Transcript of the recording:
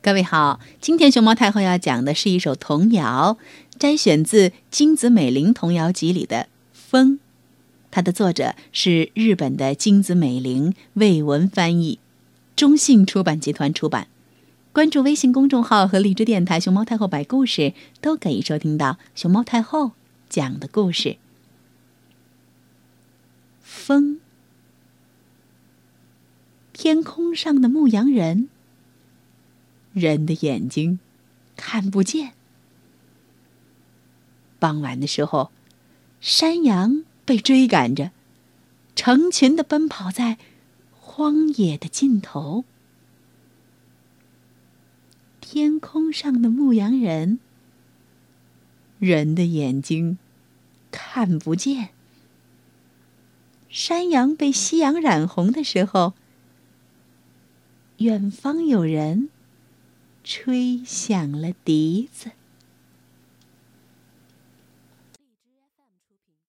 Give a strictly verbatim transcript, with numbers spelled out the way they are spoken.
各位好，今天熊猫太后要讲的是一首童谣，摘选自金子美玲童谣集里的《风》，它的作者是日本的金子美玲，魏文翻译，中信出版集团出版。关注微信公众号和荔枝电台熊猫太后摆故事，都可以收听到熊猫太后讲的故事。风，天空上的牧羊人，人的眼睛看不见。傍晚的时候，山羊被追赶着，成群地奔跑在荒野的尽头。天空上的牧羊人，人的眼睛看不见。山羊被夕阳染红的时候，远方有人吹响了笛子。